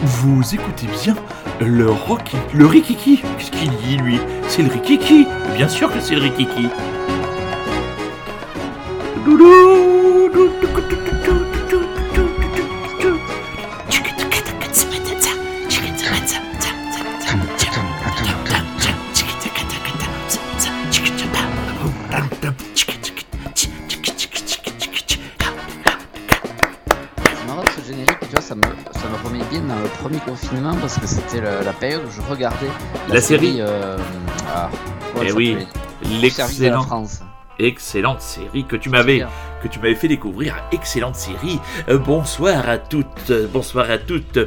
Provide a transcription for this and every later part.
Vous écoutez bien le Rikiki. Qu'est-ce qu'il dit, lui? C'est le Rikiki. Bien sûr que c'est le Rikiki. Premier confinement parce que c'était la période où je regardais la série. Et oui, excellente série que tu m'avais fait découvrir. Excellente série. Bonsoir à toutes,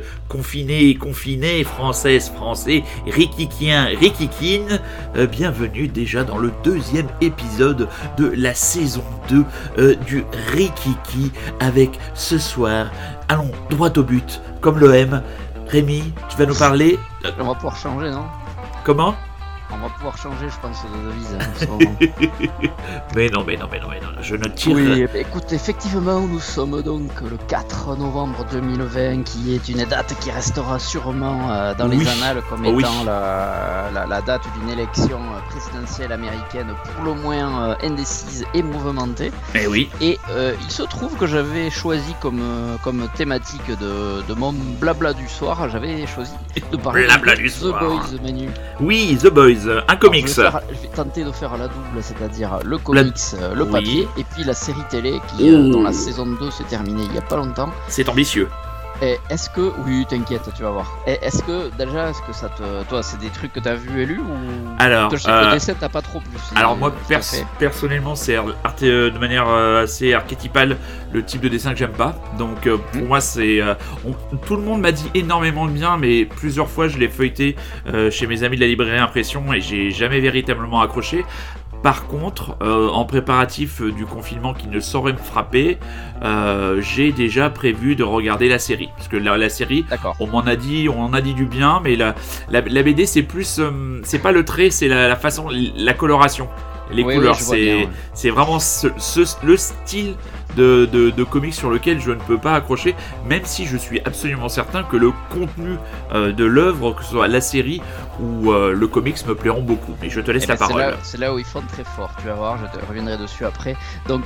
confinés, françaises, français, rikikiens, rikikines. Bienvenue déjà dans le 2e épisode de la saison 2 du Rikiki avec ce soir, allons droit au but, comme l'OM. Rémi, tu vas nous parler. On va pouvoir changer, non? Comment? On va pouvoir changer, je pense, de devise. Mais non, je ne tire... Oui, écoute, effectivement, nous sommes donc le 4 novembre 2020, qui est une date qui restera sûrement dans les annales comme étant la date d'une élection présidentielle américaine pour le moins indécise et mouvementée. Et oui. Et il se trouve que j'avais choisi comme thématique de mon blabla du soir, j'avais choisi de parler de The Boys, Manu. Oui, The Boys. Un comics. Je vais tenter de faire la double, c'est-à-dire le comics, le papier, et puis la série télé qui, dont la saison 2 s'est terminée il y a pas longtemps. C'est ambitieux. Et est-ce que... Oui, t'inquiète, tu vas voir. Et est-ce que ça te... Toi, c'est des trucs que t'as vu et lu ou... Alors... je sais que le dessin, t'as pas trop plus. Alors moi, personnellement, c'est de manière assez archétypale le type de dessin que j'aime pas. Donc pour moi, c'est... tout le monde m'a dit énormément de bien, mais plusieurs fois, je l'ai feuilleté chez mes amis de la librairie Impression et j'ai jamais véritablement accroché. Par contre, en préparatif du confinement qui ne saurait me frapper, j'ai déjà prévu de regarder la série. Parce que la série, on en a dit du bien, mais la BD, c'est plus... c'est pas le trait, c'est la façon, la coloration. Les couleurs, c'est vraiment le style de comics sur lequel je ne peux pas accrocher, même si je suis absolument certain que le contenu de l'œuvre, que ce soit la série ou le comics, me plairont beaucoup. Mais je te laisse la parole. C'est là où ils font très fort, tu vas voir, je te reviendrai dessus après. Donc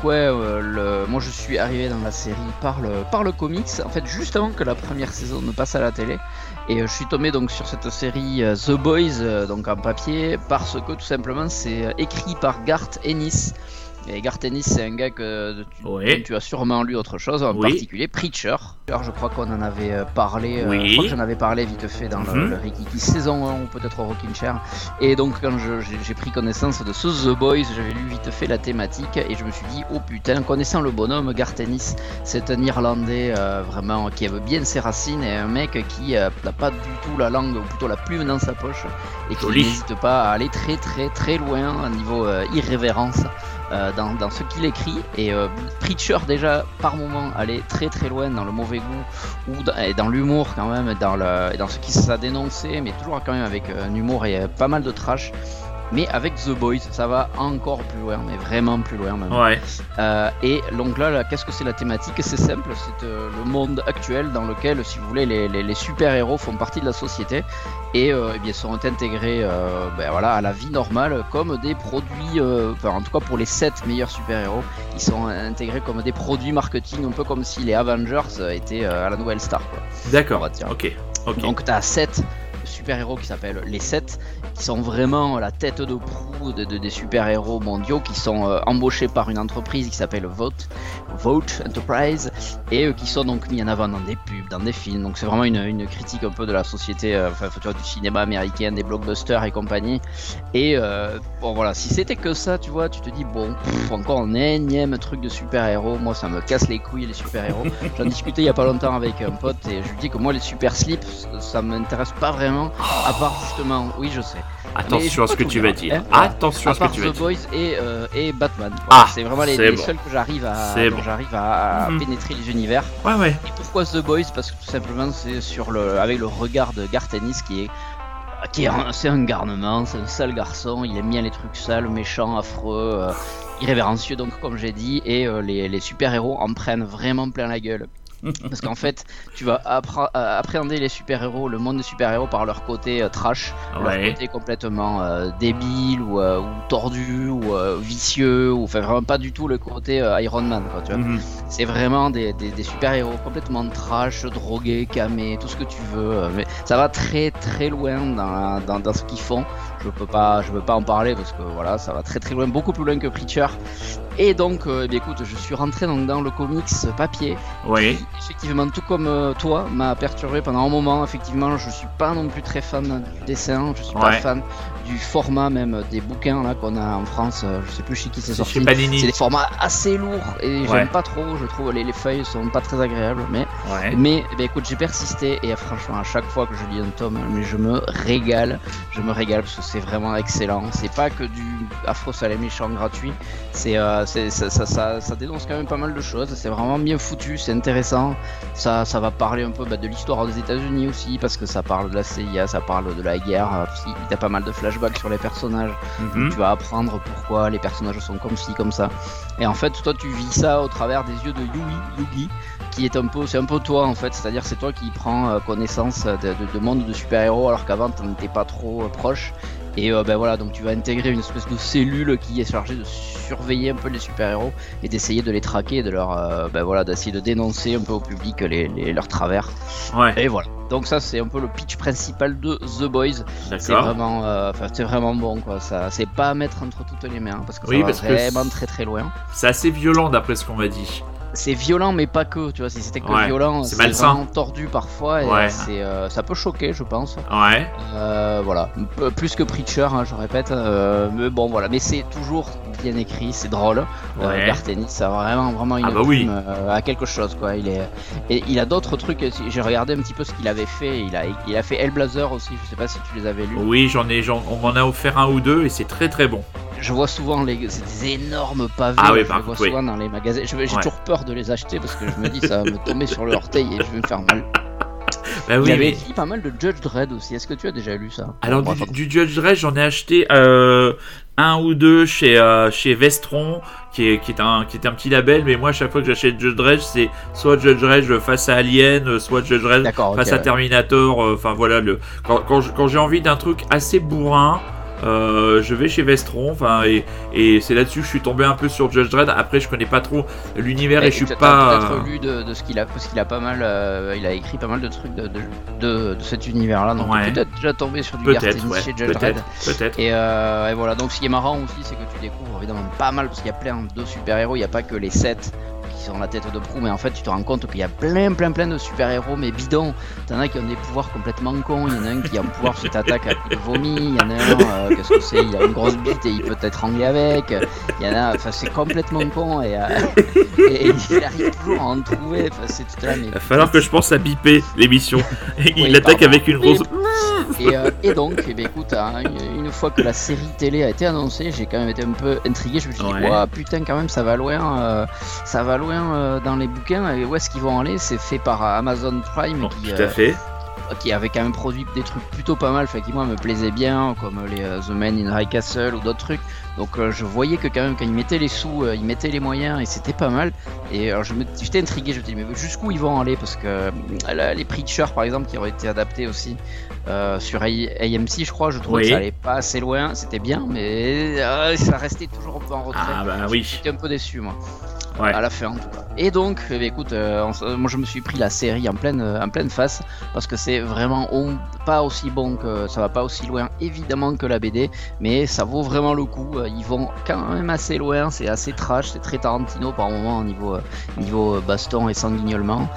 moi je suis arrivé dans la série par le comics, en fait juste avant que la première saison ne passe à la télé. Et je suis tombé donc sur cette série The Boys, donc en papier, parce que tout simplement c'est écrit par Garth Ennis. Et Garth Ennis, c'est un gars que tu as sûrement lu autre chose, en particulier Preacher. Alors, je crois qu'on en avait parlé, je crois que j'en avais parlé vite fait dans le Rikiki saison 1 ou peut-être au Rockin' Chair. Et donc quand j'ai pris connaissance de ce The Boys, j'avais lu vite fait la thématique et je me suis dit, oh putain, connaissant le bonhomme, Garth Ennis, c'est un Irlandais vraiment qui aime bien ses racines et un mec qui n'a pas du tout la langue, ou plutôt la plume dans sa poche et qui n'hésite pas à aller très très très loin au niveau irrévérence. Dans ce qu'il écrit, et Preacher déjà par moment allait très très loin dans le mauvais goût et dans l'humour quand même, et dans ce qui ça dénonçait, mais toujours quand même avec un humour et pas mal de trash. Mais avec The Boys, ça va encore plus loin, mais vraiment plus loin même. Ouais. Et donc là, qu'est-ce que c'est la thématique? C'est simple, c'est le monde actuel dans lequel, si vous voulez, les super-héros font partie de la société et bien, sont intégrés à la vie normale comme des produits, en tout cas pour les 7 meilleurs super-héros, ils sont intégrés comme des produits marketing, un peu comme si les Avengers étaient à la nouvelle star, quoi. D'accord, ok. Donc tu as 7 super-héros qui s'appellent les 7, qui sont vraiment la tête de proue des super-héros mondiaux, qui sont embauchés par une entreprise qui s'appelle Vote Enterprise, et qui sont donc mis en avant dans des pubs, dans des films. Donc c'est vraiment une critique un peu de la société, tu vois, du cinéma américain, des blockbusters et compagnie. Et bon voilà, si c'était que ça, tu vois, tu te dis bon, encore un énième truc de super-héros, moi ça me casse les couilles les super-héros. J'en discutais il y a pas longtemps avec un pote et je lui dis que moi les super slips, ça m'intéresse pas vraiment. À part justement, oui je sais. Attention à ce que tu vas dire. Attention à ce que tu vas dire. The Boys et Batman. Voilà, c'est vraiment les seuls que j'arrive à pénétrer les univers. Ouais. Et pourquoi The Boys? Parce que tout simplement c'est avec le regard de Garth Ennis c'est un garnement, c'est un sale garçon, il aime bien les trucs sales, méchants, affreux, irrévérencieux donc comme j'ai dit, et les super-héros en prennent vraiment plein la gueule. Parce qu'en fait, tu vas appréhender les super-héros, le monde des super-héros par leur côté trash, leur côté complètement débile ou tordu ou vicieux, ou enfin vraiment pas du tout le côté Iron Man, quoi, tu vois. C'est vraiment des super-héros complètement trash, drogués, camés, tout ce que tu veux. Mais ça va très très loin dans ce qu'ils font. Je peux pas en parler parce que voilà, ça va très très loin, beaucoup plus loin que Preacher. Et donc, écoute, je suis rentré dans le comics papier. Oui. Qui, effectivement, tout comme toi, m'a perturbé pendant un moment. Effectivement, je suis pas non plus très fan du dessin. Je suis pas fan du format même des bouquins là qu'on a en France. Je sais plus chez qui c'est sorti. C'est des formats assez lourds et j'aime pas trop. Je trouve les feuilles sont pas très agréables. Mais écoute, j'ai persisté et franchement, à chaque fois que je lis un tome, je me régale. Je me régale parce que c'est vraiment excellent. C'est pas que du Afro Salé méchant gratuit. Ça dénonce quand même pas mal de choses. C'est vraiment bien foutu, c'est intéressant. Ça va parler un peu de l'histoire des États-Unis aussi, parce que ça parle de la CIA, ça parle de la guerre. Il y a pas mal de flashbacks sur les personnages. Donc tu vas apprendre pourquoi les personnages sont comme ci, comme ça. Et en fait, toi, tu vis ça au travers des yeux de Yugi, qui est c'est un peu toi en fait. C'est-à-dire, c'est toi qui prends connaissance de monde de super-héros, alors qu'avant, t'en étais pas trop proche. Et voilà, donc tu vas intégrer une espèce de cellule qui est chargée de surveiller un peu les super-héros et d'essayer de les traquer, de leur, d'essayer de dénoncer un peu au public leurs travers. Et voilà. Donc ça, c'est un peu le pitch principal de The Boys. C'est vraiment bon, quoi. Ça, c'est pas à mettre entre toutes les mains parce que ça va vraiment très très loin. C'est assez violent d'après ce qu'on m'a dit. C'est violent, mais pas que, tu vois. Si c'était que violent, c'est vraiment tordu parfois et ça peut choquer, je pense. Voilà, plus que Preacher, hein, je répète. Mais bon, voilà, mais c'est toujours bien écrit, c'est drôle. Garth Ennis, ça a vraiment une plume à quelque chose, quoi. Il a d'autres trucs. J'ai regardé un petit peu ce qu'il avait fait. Il a fait Hellblazer aussi. Je sais pas si tu les avais lus. Oui, on m'en a offert un ou deux et c'est très très bon. Je vois souvent c'est des énormes pavés. Je les vois souvent dans les magasins. J'ai toujours peur de les acheter parce que je me dis ça va me tomber sur le orteil et je vais me faire mal. Il avait écrit pas mal de Judge Dredd aussi. Est-ce que tu as déjà lu ça? Alors du Judge Dredd, j'en ai acheté un ou deux chez Vestron, qui est un petit label. Mais moi, à chaque fois que j'achète Judge Dredd, c'est soit Judge Dredd face à Alien, soit Judge Dredd face à Terminator. Enfin voilà, quand j'ai envie d'un truc assez bourrin. Je vais chez Vestron, et c'est là-dessus que je suis tombé un peu sur Judge Dredd. Après, je connais pas trop l'univers et je suis pas. Peut-être lu de ce qu'il a, parce qu'il a pas mal, il a écrit pas mal de trucs de cet univers-là. Donc peut-être déjà tombé sur du Garth Ennis chez Judge Dredd. Peut-être. Et voilà. Donc ce qui est marrant aussi, c'est que tu découvres évidemment pas mal, parce qu'il y a plein de super-héros. Il y a pas que les 7 qui sont la tête de proue, mais en fait tu te rends compte qu'il y a plein de super-héros mais bidons. T'en as qui ont des pouvoirs complètement cons. Il y en a un qui a un pouvoir qui t'attaque à coup de vomi. Il y en a un, qu'est-ce que c'est, il a une grosse bite et il peut t'étrangler avec. Il y en a, c'est complètement con et il arrive toujours à en trouver. C'est tout là, mais... Il va falloir que je pense à biper l'émission. Il l'attaque avec une grosse... Et donc, écoute, une fois que la série télé a été annoncée, j'ai quand même été un peu intrigué. Je me suis dit, putain, quand même, ça va loin dans les bouquins. Et où est-ce qu'ils vont aller? C'est fait par Amazon Prime, qui avait quand même produit des trucs plutôt pas mal, qui moi me plaisaient bien, comme les The Man in High Castle ou d'autres trucs. Donc je voyais que quand même, quand ils mettaient les sous, ils mettaient les moyens, et c'était pas mal. Et alors j'étais intrigué, je me disais, mais jusqu'où ils vont aller? Parce que les Preacher par exemple, qui auraient été adaptés aussi sur AMC, je crois, je trouvais que ça allait pas assez loin. C'était bien, mais ça restait toujours un peu en retrait. J'étais un peu déçu, moi. À la fin en tout cas. Et donc, écoute, moi je me suis pris la série en pleine face, parce que c'est vraiment pas aussi bon, que ça va pas aussi loin évidemment que la BD, mais ça vaut vraiment le coup. Ils vont quand même assez loin, c'est assez trash, c'est très Tarantino par moment au niveau baston et sanguignolement.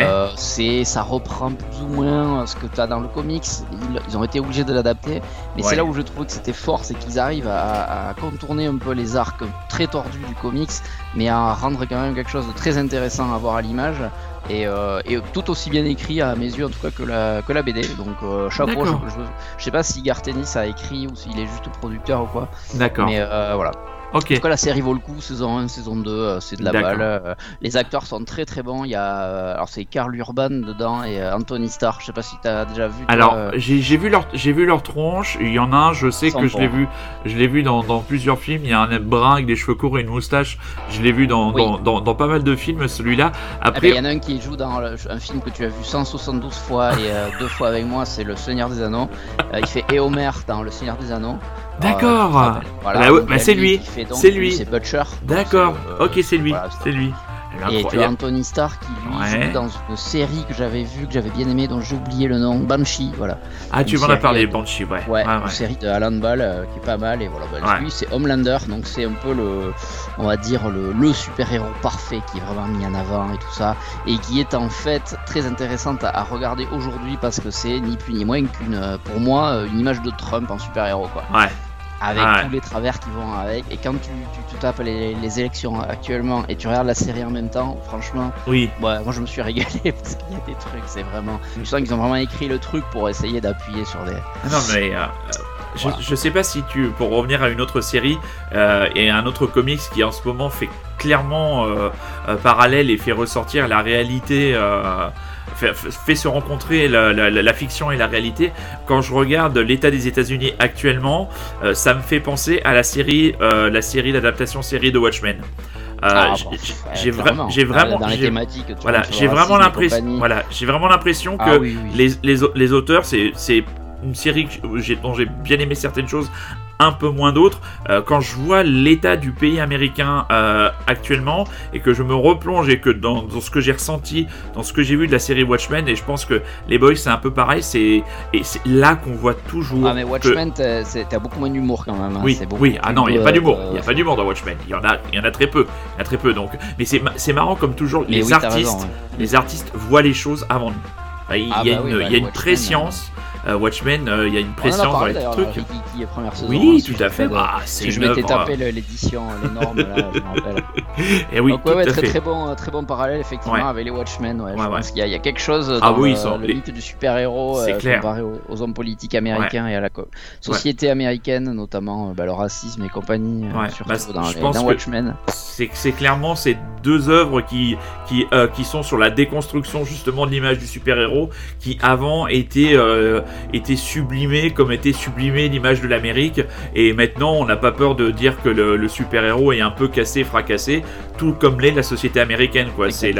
Ça reprend plus ou moins ce que tu as dans le comics. Ils ont été obligés de l'adapter, mais c'est là où je trouve que c'était fort, c'est qu'ils arrivent à contourner un peu les arcs très tordus du comics, mais à rendre quand même quelque chose de très intéressant à voir à l'image, et tout aussi bien écrit à mes yeux en tout cas que la BD. Donc chapeau. Je sais pas si Garth Ennis a écrit ou s'il est juste producteur ou quoi. D'accord. Mais voilà. Ok. En tout cas, la série vaut le coup, saison 1, saison 2, c'est de la D'accord. balle. Les acteurs sont très très bons. Il y a, alors c'est Karl Urban dedans et Anthony Starr. Je sais pas si t'as déjà vu. Toi, Alors, j'ai vu leur tronche. Il y en a un, je sais Ils sont que je bons. l'ai vu dans plusieurs films. Il y a un brun avec des cheveux courts et une moustache. Je l'ai vu Oui. dans pas mal de films, celui-là. Eh ben, Après, il y en a un qui joue dans un film que tu as vu 172 fois et 2 fois avec moi, c'est Le Seigneur des Anneaux. Il fait Éomer dans Le Seigneur des Anneaux. d'accord. Tu te rappelles. Voilà, Bah ouais, donc, bah il y a c'est lui. qui fait donc, C'est lui. C'est Butcher. Donc, D'accord. c'est, Ok, c'est lui. voilà, C'est lui. Et tu as Incroyable. Anthony Starr qui lui Ouais. joue dans une série que j'avais vue, que j'avais bien aimée, dont j'ai oublié le nom, Banshee, voilà. Ah, tu Une m'en as série, parlé, Banshee, ouais. Ouais, une série de Alan Ball qui est pas mal, et voilà, Ouais. lui c'est Homelander, donc c'est un peu on va dire le super-héros parfait qui est vraiment mis en avant et tout ça, et qui est en fait très intéressante à regarder aujourd'hui parce que c'est ni plus ni moins qu'une, pour moi, une image de Trump en super-héros, quoi. Ouais. Avec Ouais. tous les travers qui vont avec, et quand tu tapes les élections actuellement et tu regardes la série en même temps, franchement, Oui. ouais, moi je me suis régalé parce qu'il y a des trucs, c'est vraiment. Je sens qu'ils ont vraiment écrit le truc pour essayer d'appuyer sur des. Ah non, mais Voilà. je sais pas si pour revenir à une autre série et un autre comics qui en ce moment fait clairement parallèle et fait ressortir la réalité. Fait se rencontrer la fiction et la réalité. Quand je regarde l'état des États-Unis actuellement, ça me fait penser à la série d'adaptation série de Watchmen. J'ai clairement. vraiment Dans les j'ai- thématiques, tu voilà, vois, sur j'ai le vraiment racisme et l'impression compagnie. voilà, j'ai vraiment l'impression que Ah oui, oui. les auteurs, c'est une série dont j'ai bien aimé certaines choses, un peu moins d'autres. Quand je vois l'état du pays américain actuellement et que je me replonge et que dans ce que j'ai ressenti, dans ce que j'ai vu de la série Watchmen, et je pense que les Boys c'est un peu pareil, c'est là qu'on voit toujours. Ah mais Watchmen, t'as beaucoup moins d'humour quand même. Hein. Oui, C'est beaucoup oui, ah plus, non, il n'y a pas d'humour. Il n'y a euh, pas d'humour dans Watchmen. Il y en a très peu. Il y en a très peu. Donc, mais c'est marrant comme toujours, Mais les oui, t'as artistes, raison, ouais. les artistes voient les choses avant nous. Il y a Ah bah une, oui, il y a les une Watchmen, préscience. Watchmen, il y a une On en a préscience dans parlé les d'ailleurs, trucs. Rikiki, première saison. Oui, hein, tout à fait. de- Bah, parce c'est que je une m'étais œuvre, tapé l'édition, l'énorme là, je me rappelle. Et oui, Donc tout ouais, à très fait. très bon parallèle effectivement Ouais. avec les Watchmen. Ouais, je Ouais, pense qu'il y a quelque chose Ah dans oui, le mythe du super-héros c'est clair. comparé aux hommes politiques américains et à la société américaine, notamment le racisme et compagnie, Ouais, surtout bah, je pense dans que Watchmen. c'est clairement ces deux œuvres qui sont sur la déconstruction justement de l'image du super-héros qui avant étaient sublimées comme était sublimée l'image de l'Amérique, et maintenant on n'a pas peur de dire que le super-héros est un peu cassé, fracassé, tout comme l'est la société américaine, quoi. C'est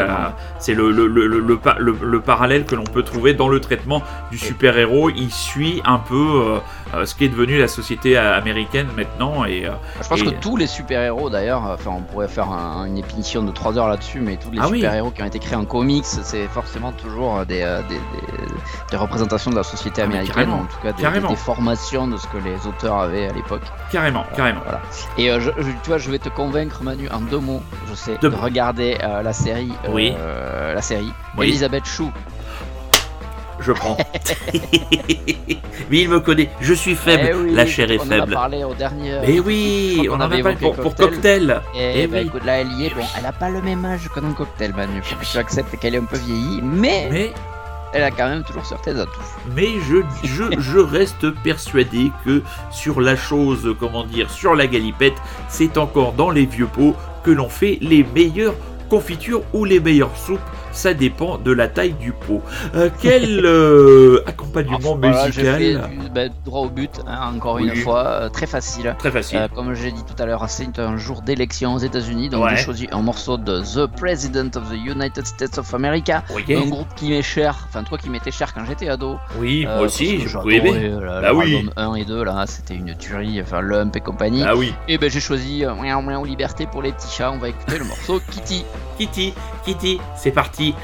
le parallèle que l'on peut trouver dans le traitement du super-héros. Il suit un peu ce qui est devenu la société américaine maintenant, et Je pense et- que tous les super-héros d'ailleurs, enfin on pourrait faire une émission de 3 heures là-dessus, mais tous les Ah oui. super-héros qui ont été créés en comics, c'est forcément toujours des représentations de la société Ah, mais américaine, carrément, ou en tout cas carrément. des formations de ce que les auteurs avaient à l'époque. carrément. Voilà. Et tu vois, je vais te convaincre Manu en 2 mots, je sais, Deux de mots. regarder la série. Oui. La série. Oui. Elisabeth Shue. Je prends. Mais il me connaît. Je suis faible. Eh oui, la chair est on en faible. a parlé au dernier. Mais oui, je crois on qu'on en a avait parlé évoqué pour Cocktail. Et Eh bah oui. écoute, là elle y est. Bon, elle a pas le même âge que dans Cocktail, Manu. Faut que tu acceptes qu'elle est un peu vieillie, mais elle a quand même toujours certains atouts. Mais je reste persuadé que sur la chose, comment dire, sur la galipette, c'est encore dans les vieux pots que l'on fait les meilleures confitures ou les meilleures soupes. Ça dépend de la taille du pot. Quel accompagnement Voilà, j'ai fait musical. droit au but, hein, encore Oui. une fois, très facile. Très facile. Comme j'ai dit tout à l'heure, c'est un jour d'élection aux États-Unis, donc Ouais. j'ai choisi un morceau de The President of the United States of America, Ok. un groupe qui m'est cher, enfin toi qui m'étais cher quand j'étais ado. Oui, moi Parce aussi, que j'ai beaucoup j'adorais, aimé. Leur Bah oui. album 1 et 2 là, c'était une tuerie, enfin Lump et compagnie. Ah oui. Et ben j'ai choisi Miaou Miaou Liberté pour les petits chats, on va écouter le morceau Kitty. Kitty, c'est parti.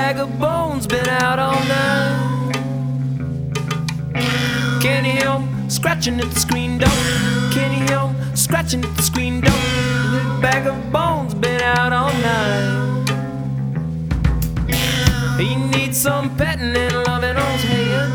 bag of bones been out all night. Can you hear him scratching at the screen door? Can you hear him scratching at the screen door? That bag of bones been out all night. He needs some petting and loving on his head.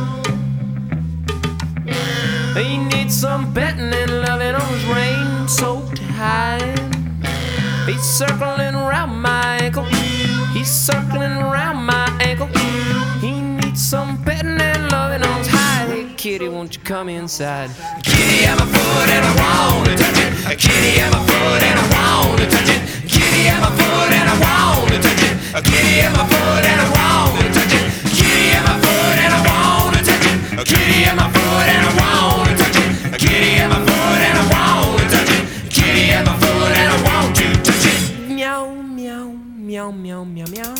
He needs some petting and loving on his rain-soaked hide. He's circling around my ankle. He's circling around my ankle. He needs some petting and loving on his hide. Hey kitty, won't you come inside? Kitty, I'm a foot and I wanna touch it. Kitty, I'm a foot and I wanna touch it. Kitty, I'm a foot and I wanna touch it. Kitty, I'm a foot and I wanna touch it. Kitty, I'm a foot and I wanna touch it. Kitty, I'm a foot and I wanna touch it. Kitty, I'm a foot and I wanna touch it. Kitty, I'm a foot and I want to touch it. Meow, meow, meow, meow, meow, meow.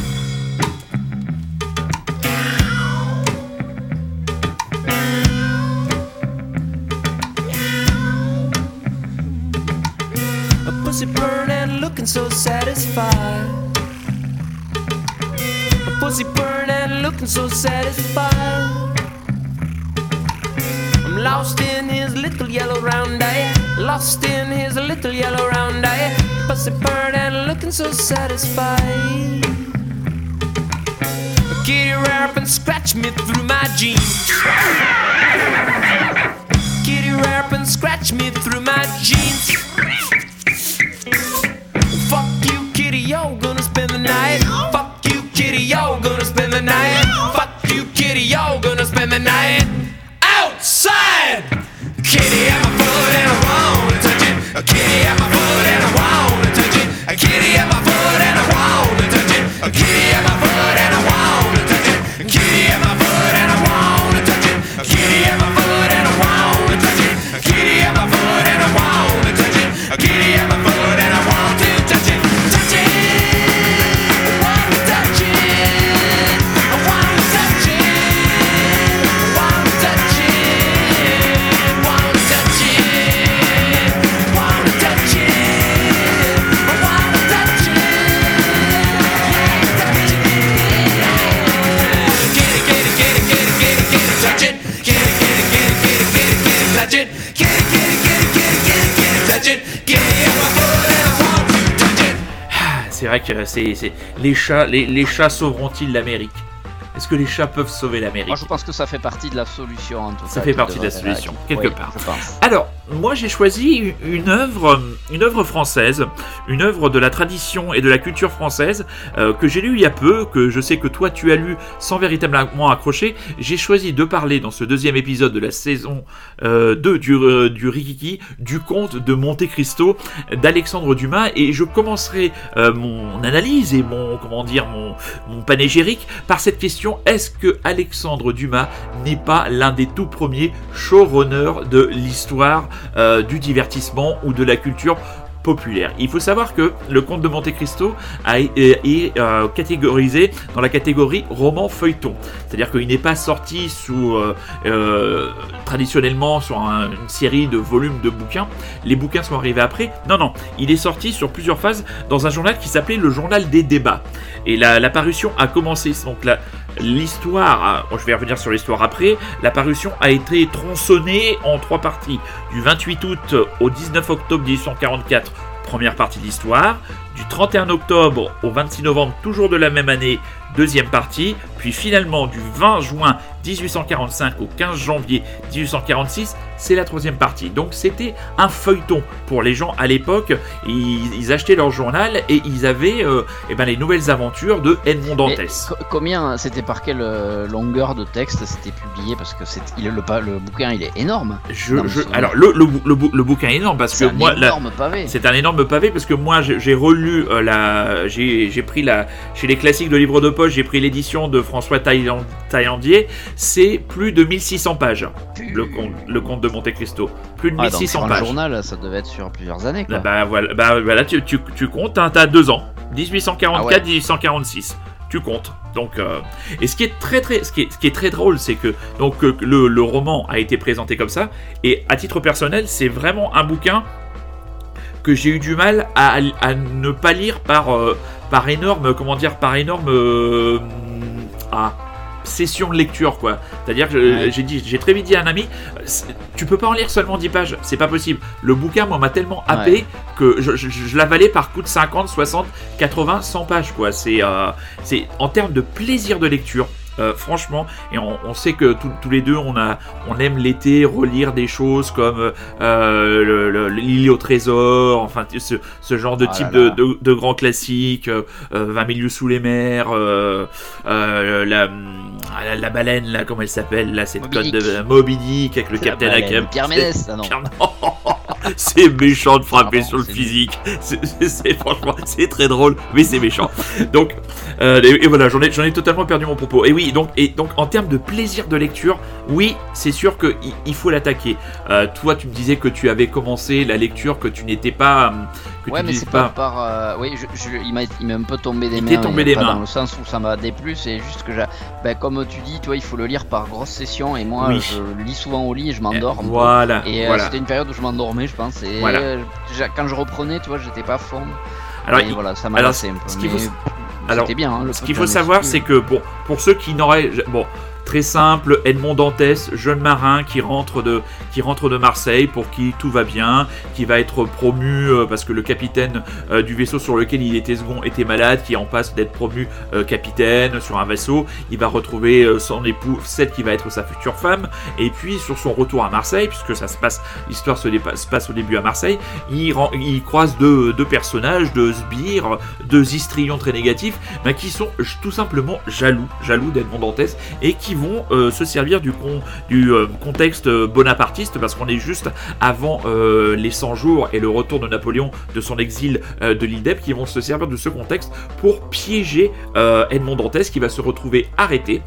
A pussy purring and looking so satisfied. A pussy purring and looking so satisfied. I'm lost in his little yellow round eye. Lost in his little yellow round eye. Pussy purring and looking so satisfied. Kitty rap and scratch me through my jeans. Kitty rap and scratch me through my jeans. Fuck you, kitty, you're gonna spend the night. Fuck you, kitty, you're gonna spend the night. Fuck you, kitty, you're gonna spend the night outside. Kitty, I'm a foot and I wanna touch it. Kitty, I'm a foot and I wanna touch it. Kitty, I'm a foot and I wanna touch it. Kitty, I'm a foot and I wanna touch it. Kitty, I'm a foot and I wanna touch it. Kitty, I'm a foot and I wanna touch it. Kitty, I'm a foot and I wanna touch it. Kitty, I'm a foot and I want to touch it. Touch it. I wanna touch it. I wanna touch it. I wanna touch it. I wanna touch it. I wanna touch it. I wanna touch it. Yeah, touch it. Kitty, kitty, kitty, kitty, kitty, kitty, touch it. Kitty, kitty, kitty, kitty, kitty, kitty, touch it. Kitty, kitty, kitty, kitty, kitty, kitty, touch it. Kitty, I'm a foot and I want to touch it. C'est vrai que c'est les chats sauveront-ils l'Amérique? Est-ce que les chats peuvent sauver l'Amérique? Moi je pense que ça fait partie de la solution en tout cas. Ça fait partie de la solution, quelque part. Je pense. Alors, moi j'ai choisi une œuvre française, une œuvre de la tradition et de la culture française que j'ai lu il y a peu, que je sais que toi tu as lu sans véritablement accrocher. J'ai choisi de parler dans ce deuxième épisode de la saison 2 du Rikiki, du conte de Monte Cristo d'Alexandre Dumas, et je commencerai mon analyse et mon panégyrique par cette question: est-ce que Alexandre Dumas n'est pas l'un des tout premiers showrunners de l'histoire du divertissement ou de la culture populaire? Il faut savoir que le Comte de Monte Cristo est catégorisé dans la catégorie roman feuilleton, c'est-à-dire qu'il n'est pas sorti traditionnellement sur une série de volumes de bouquins. Les bouquins sont arrivés après. Non, il est sorti sur plusieurs phases dans un journal qui s'appelait le Journal des débats, et la parution a commencé donc l'histoire, je vais revenir sur l'histoire après, la parution a été tronçonnée en 3 parties. Du 28 août au 19 octobre 1844, première partie de l'histoire. Du 31 octobre au 26 novembre, toujours de la même année, deuxième partie. Puis finalement, du 20 juin 1845 au 15 janvier 1846, c'est la troisième partie. Donc c'était un feuilleton pour les gens à l'époque. Ils achetaient leur journal et ils avaient les nouvelles aventures de Edmond Dantès. Combien, c'était par quelle longueur de texte c'était publié? Parce que le bouquin il est énorme. Alors le bouquin est énorme parce que moi, c'est un énorme pavé parce que moi j'ai relu j'ai pris chez les classiques de livres de poche, j'ai pris l'édition de François Taillandier. C'est plus de 1600 pages, le conte de Monte Cristo. Plus de 1600 donc, pages. Le journal, ça devait être sur plusieurs années, quoi. Voilà, tu comptes, t'as 2 ans. 1844-1846. Tu comptes. Donc, et ce qui est très drôle, c'est que le roman a été présenté comme ça. Et à titre personnel, c'est vraiment un bouquin que j'ai eu du mal à ne pas lire par énorme, session de lecture, quoi. C'est-à-dire que j'ai très vite dit à un ami, tu peux pas en lire seulement 10 pages, c'est pas possible. Le bouquin, moi, m'a tellement happé que je l'avalais par coup de 50, 60, 80, 100 pages, quoi. C'est en termes de plaisir de lecture. Franchement, et on sait que tous les deux on aime l'été relire des choses comme l'île au trésor, enfin ce genre de type de grands classiques, 20 000 lieues sous les mers, la baleine là, comment elle s'appelle là, cette conne de Moby Dick avec le Capitaine Ahab. Pierre Ménès, non. C'est méchant de frapper sur le physique. Franchement, c'est très drôle, mais c'est méchant. Donc, et voilà, j'en ai totalement perdu mon propos. Et oui, donc en termes de plaisir de lecture, oui, c'est sûr que il faut l'attaquer. Toi, tu me disais que tu avais commencé la lecture, que tu n'étais pas. Mais c'est pas par. Oui, il m'est un peu tombé des mains. Dans le sens où ça m'a déplu, c'est juste que comme tu dis, toi, il faut le lire par grosse session, et moi, je lis souvent au lit et je m'endors. Voilà. C'était une période où je m'endormais, je pense. Et quand je reprenais, tu vois, j'étais pas à fond. Alors, voilà, ça m'a lassé un peu. C'était bien. Hein, ce qu'il faut savoir, c'est que pour ceux qui n'auraient. Très simple, Edmond Dantès, jeune marin qui rentre de Marseille, pour qui tout va bien, qui va être promu parce que le capitaine du vaisseau sur lequel il était second était malade, qui en passe d'être promu capitaine sur un vaisseau. Il va retrouver son époux, celle qui va être sa future femme, et puis sur son retour à Marseille, puisque l'histoire se passe au début à Marseille, il croise deux personnages, deux sbires, deux histrions très négatifs, qui sont tout simplement jaloux d'Edmond Dantès, et qui vont se servir du contexte bonapartiste, parce qu'on est juste avant les 100 jours et le retour de Napoléon de son exil de l'île d'Elbe, qui vont se servir de ce contexte pour piéger Edmond Dantès, qui va se retrouver arrêté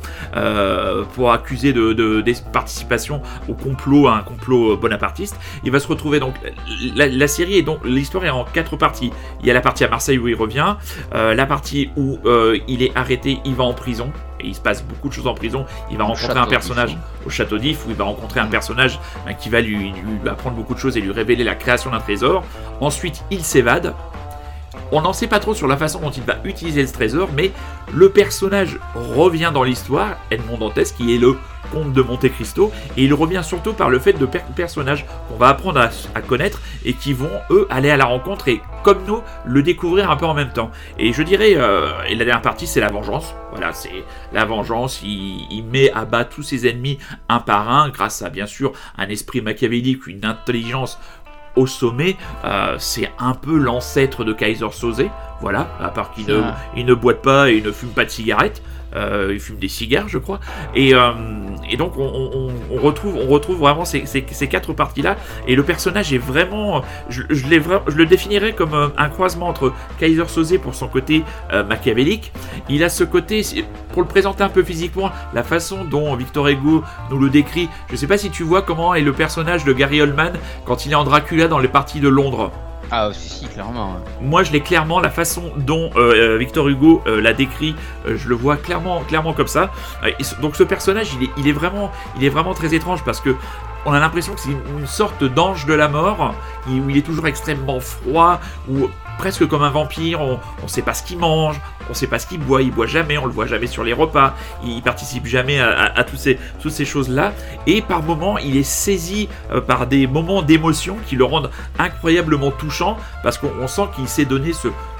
pour accuser de participation à un complot bonapartiste. Il va se retrouver donc la série, et donc l'histoire est en 4 parties. Il y a la partie à Marseille où il revient, la partie où il est arrêté, il va en prison. Et il se passe beaucoup de choses en prison. Il va rencontrer un personnage au Château d'If, où il va rencontrer un personnage qui va lui apprendre beaucoup de choses et lui révéler la création d'un trésor. Ensuite, il s'évade. On n'en sait pas trop sur la façon dont il va utiliser ce trésor, mais le personnage revient dans l'histoire, Edmond Dantès, qui est le comte de Monte Cristo, et il revient surtout par le fait de personnages qu'on va apprendre à connaître et qui vont, eux, aller à la rencontre et, comme nous, le découvrir un peu en même temps. Et je dirais, et la dernière partie, c'est la vengeance. Voilà, c'est la vengeance. Il met à bas tous ses ennemis un par un, grâce à, bien sûr, un esprit machiavélique, une intelligence au sommet. C'est un peu l'ancêtre de Kaiser Soze, voilà, à part qu'il ne boite pas et ne fume pas de cigarettes. Il fume des cigares, je crois, et donc on retrouve vraiment ces 4 parties-là, et le personnage est vraiment, je le définirais comme un croisement entre Kaiser Soze pour son côté machiavélique. Il a ce côté, pour le présenter un peu physiquement, la façon dont Victor Hugo nous le décrit. Je sais pas si tu vois comment est le personnage de Gary Oldman quand il est en Dracula dans les parties de Londres. Ah si, clairement. Ouais. Moi, je l'ai clairement, la façon dont Victor Hugo l'a décrit, je le vois clairement comme ça. Donc ce personnage, il est vraiment très étrange, parce que on a l'impression que c'est une sorte d'ange de la mort, où il est toujours extrêmement froid, ou presque comme un vampire. On ne sait pas ce qu'il mange, on ne sait pas ce qu'il boit, il boit jamais, on le voit jamais sur les repas, il participe jamais à toutes ces choses-là, et par moments il est saisi par des moments d'émotion qui le rendent incroyablement touchant, parce qu'on sent qu'il s'est donné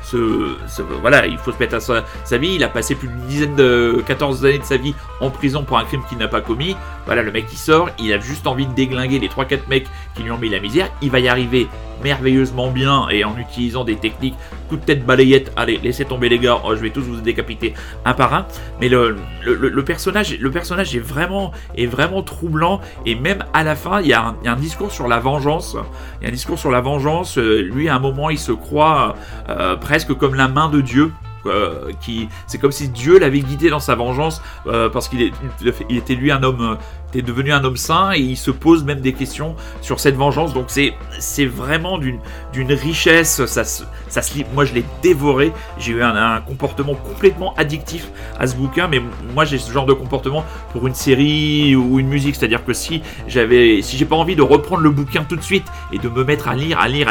voilà, il faut se mettre à sa vie. Il a passé plus d'une 14 années de sa vie en prison pour un crime qu'il n'a pas commis. Voilà, le mec qui sort, il a juste envie de déglinguer les 3-4 mecs qui lui ont mis la misère. Il va y arriver merveilleusement bien, et en utilisant des techniques, coup de tête balayette, allez, laissez tomber les gars, je vais tous vous décapiter un par un. Mais le personnage est vraiment troublant, et même à la fin, il y a un discours sur la vengeance. Lui, à un moment, il se croit presque comme la main de Dieu. C'est comme si Dieu l'avait guidé dans sa vengeance, parce qu'il était lui un homme, était devenu un homme saint, et il se pose même des questions sur cette vengeance. Donc c'est vraiment d'une richesse. Ça se lit. Moi, je l'ai dévoré. J'ai eu un comportement complètement addictif à ce bouquin, mais moi j'ai ce genre de comportement pour une série ou une musique, c'est-à-dire que si j'ai pas envie de reprendre le bouquin tout de suite et de me mettre à lire, ce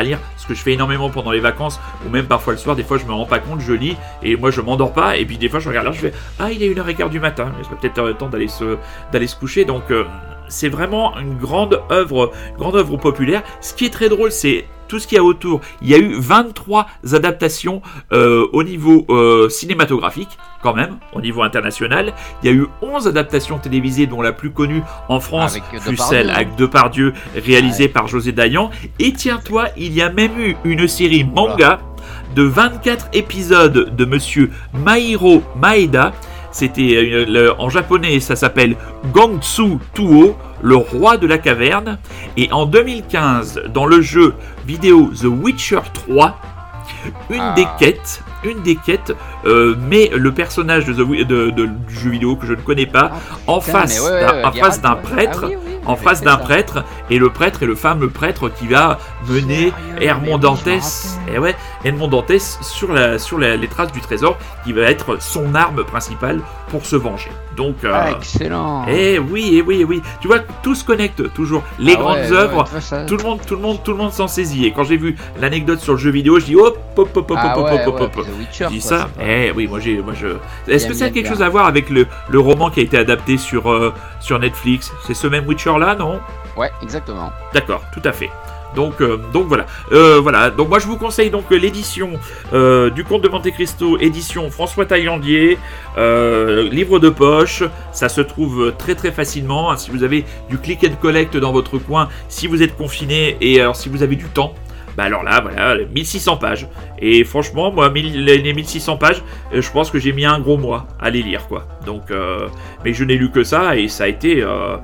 que je fais énormément pendant les vacances, ou même parfois le soir, des fois je me rends pas compte, je lis, et moi je m'endors pas, et puis des fois je regarde l'heure, je fais il est 1h15 du matin, mais ça va peut-être le temps d'aller se coucher, donc c'est vraiment une grande œuvre populaire. Ce qui est très drôle, c'est tout ce qu'il y a autour. Il y a eu 23 adaptations au niveau cinématographique, quand même, au niveau international. Il y a eu 11 adaptations télévisées, dont la plus connue en France fut celle avec Depardieu, réalisée par José Dayan. Et tiens-toi, il y a même eu une série manga de 24 épisodes de monsieur Mahiro Maeda. C'était en japonais, ça s'appelle Gongtsu Tuo, le roi de la caverne. Et en 2015, dans le jeu vidéo The Witcher 3, une des quêtes met le personnage du jeu vidéo que je ne connais pas en face d'un prêtre. En face d'un prêtre, et le prêtre est le fameux prêtre qui va mener Hermond Dantès sur les traces du trésor, qui va être son arme principale pour se venger. Donc, excellent. Oui. Tu vois, tout se connecte toujours. Les grandes œuvres, tout le monde s'en saisit. Et quand j'ai vu l'anecdote sur le jeu vidéo, je dis hop. Witcher, je dis ça. Est-ce que ça a quelque chose à voir avec le roman qui a été adapté sur Netflix? C'est ce même Witcher là, non? Ouais, exactement. D'accord, tout à fait. Donc voilà. Donc moi je vous conseille donc l'édition du Comte de Monte Cristo, édition François Taillandier, livre de poche. Ça se trouve très très facilement. Si vous avez du click and collect dans votre coin, si vous êtes confiné, et alors si vous avez du temps. Alors là, voilà, 1600 pages. Et franchement, moi, les 1600 pages, je pense que j'ai mis un gros mois à les lire, quoi. Donc, mais je n'ai lu que ça, et ça a été.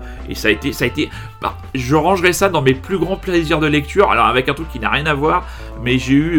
Je rangerai ça dans mes plus grands plaisirs de lecture. Alors, avec un truc qui n'a rien à voir, mais j'ai eu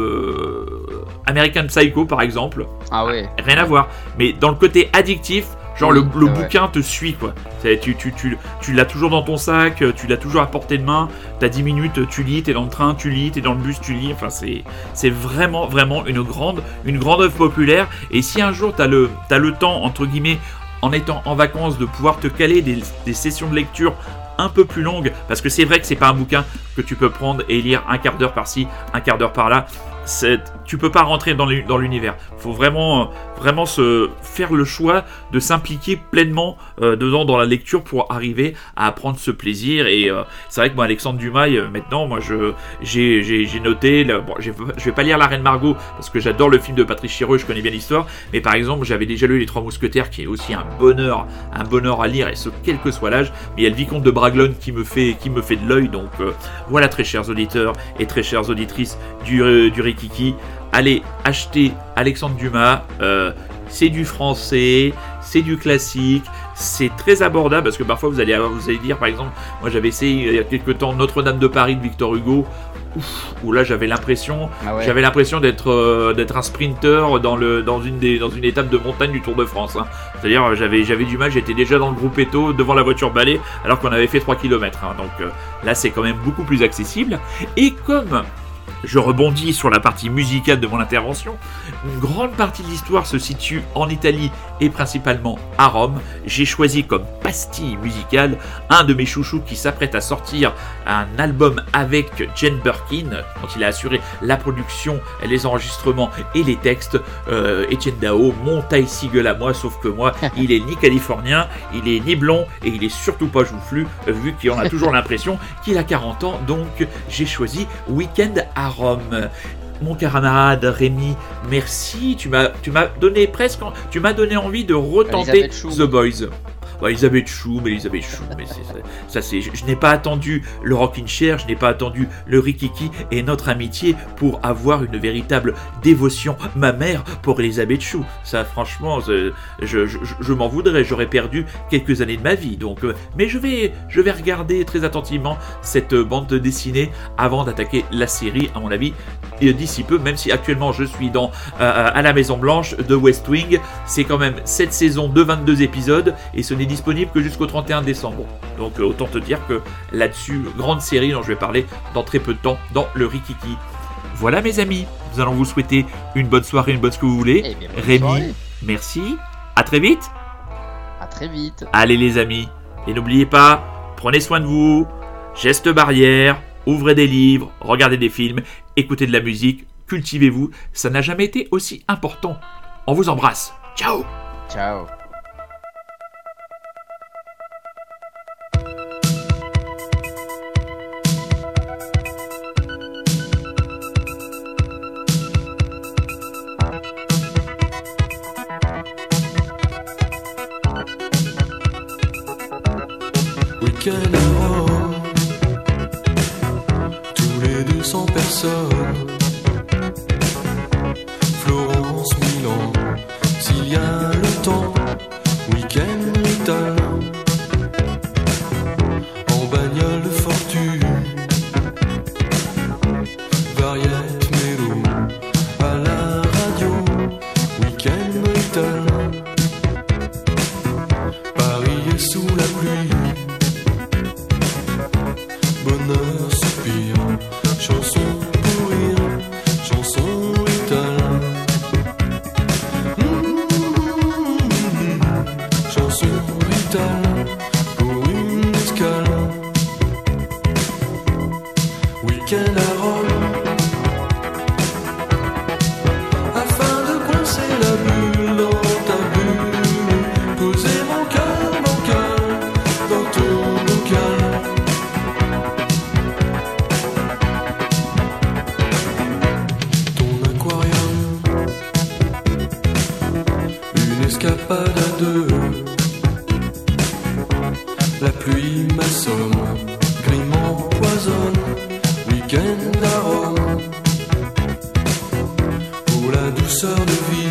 American Psycho, par exemple. Ah ouais. Rien à voir. Mais dans le côté addictif. Genre le bouquin te suit, quoi. Tu l'as toujours dans ton sac, tu l'as toujours à portée de main, t'as 10 minutes, tu lis, t'es dans le train, tu lis, t'es dans le bus, tu lis. Enfin, c'est vraiment une grande œuvre populaire. Et si un jour t'as le temps, entre guillemets, en étant en vacances, de pouvoir te caler des sessions de lecture un peu plus longues, parce que c'est vrai que c'est pas un bouquin que tu peux prendre et lire un quart d'heure par-ci, un quart d'heure par-là. Tu peux pas rentrer dans l'univers. Faut vraiment se faire le choix de s'impliquer pleinement dedans dans la lecture pour arriver à prendre ce plaisir. Et c'est vrai que moi, Alexandre Dumas, maintenant, moi j'ai noté. Je vais pas lire La Reine Margot parce que j'adore le film de Patrice Chireux, je connais bien l'histoire. Mais par exemple, j'avais déjà lu Les Trois Mousquetaires, qui est aussi un bonheur à lire, et ce quel que soit l'âge. Mais il y a le Vicomte de Bragelonne qui me fait de l'œil. Donc voilà, très chers auditeurs et très chères auditrices du Rikiki, allez acheter Alexandre Dumas, c'est du français, c'est du classique, c'est très abordable, parce que parfois vous allez dire, par exemple, moi j'avais essayé il y a quelques temps Notre-Dame de Paris de Victor Hugo, où là j'avais l'impression d'être un sprinter dans une étape de montagne du Tour de France, hein. C'est-à-dire j'avais du mal, j'étais déjà dans le groupe Eto devant la voiture balai alors qu'on avait fait 3 km, hein. Donc là c'est quand même beaucoup plus accessible. Et comme je rebondis sur la partie musicale de mon intervention, une grande partie de l'histoire se situe en Italie et principalement à Rome. J'ai choisi comme pastille musicale un de mes chouchous qui s'apprête à sortir un album avec Jane Birkin, dont il a assuré la production, les enregistrements et les textes. Etienne Dao, mon taille seagull à moi, sauf que moi, il est ni californien, il est ni blond et il est surtout pas joufflu, vu qu'on a toujours l'impression qu'il a 40 ans. Donc j'ai choisi Weekend à Rome. Mon camarade Rémi, merci, tu m'as donné envie de retenter The Boys. Elisabeth Chou, mais je n'ai pas attendu le Rockin' Chair, je n'ai pas attendu le Rikiki et notre amitié pour avoir une véritable dévotion, ma mère, pour Elisabeth Chou. Ça, franchement, je m'en voudrais, j'aurais perdu quelques années de ma vie. Donc, mais je vais regarder très attentivement cette bande dessinée avant d'attaquer la série, à mon avis, d'ici peu, même si actuellement je suis à la Maison Blanche de West Wing. C'est quand même 7 saisons de 22 épisodes et ce n'est disponible que jusqu'au 31 décembre. Donc autant te dire que là-dessus, grande série dont je vais parler dans très peu de temps dans le Rikiki. Voilà mes amis, nous allons vous souhaiter une bonne soirée, une bonne ce que vous voulez. Rémi, merci, à très vite. À très vite. Allez les amis, et n'oubliez pas, prenez soin de vous, gestes barrières, ouvrez des livres, regardez des films écoutez de la musique, cultivez-vous, ça n'a jamais été aussi important. On vous embrasse. Ciao. Ciao. Week-end à Rome, tous les 200 personnes. Florence, Milan, s'il y a le temps. Week-end italien, en bagnole de fortune. Variette, mélo, à la radio. Week-end italien, Paris est sous la pluie. Bonheur, soupir, chanson pour rire, chanson italien. Chanson italien pour une escale. Week-end à Rome, afin de coincer la bulle dans ta bulle, poser mon cœur dans ton bocal. Escapade à deux, la pluie m'assomme, grime m'empoisonne. Week-end à Rome, pour la douceur de vie.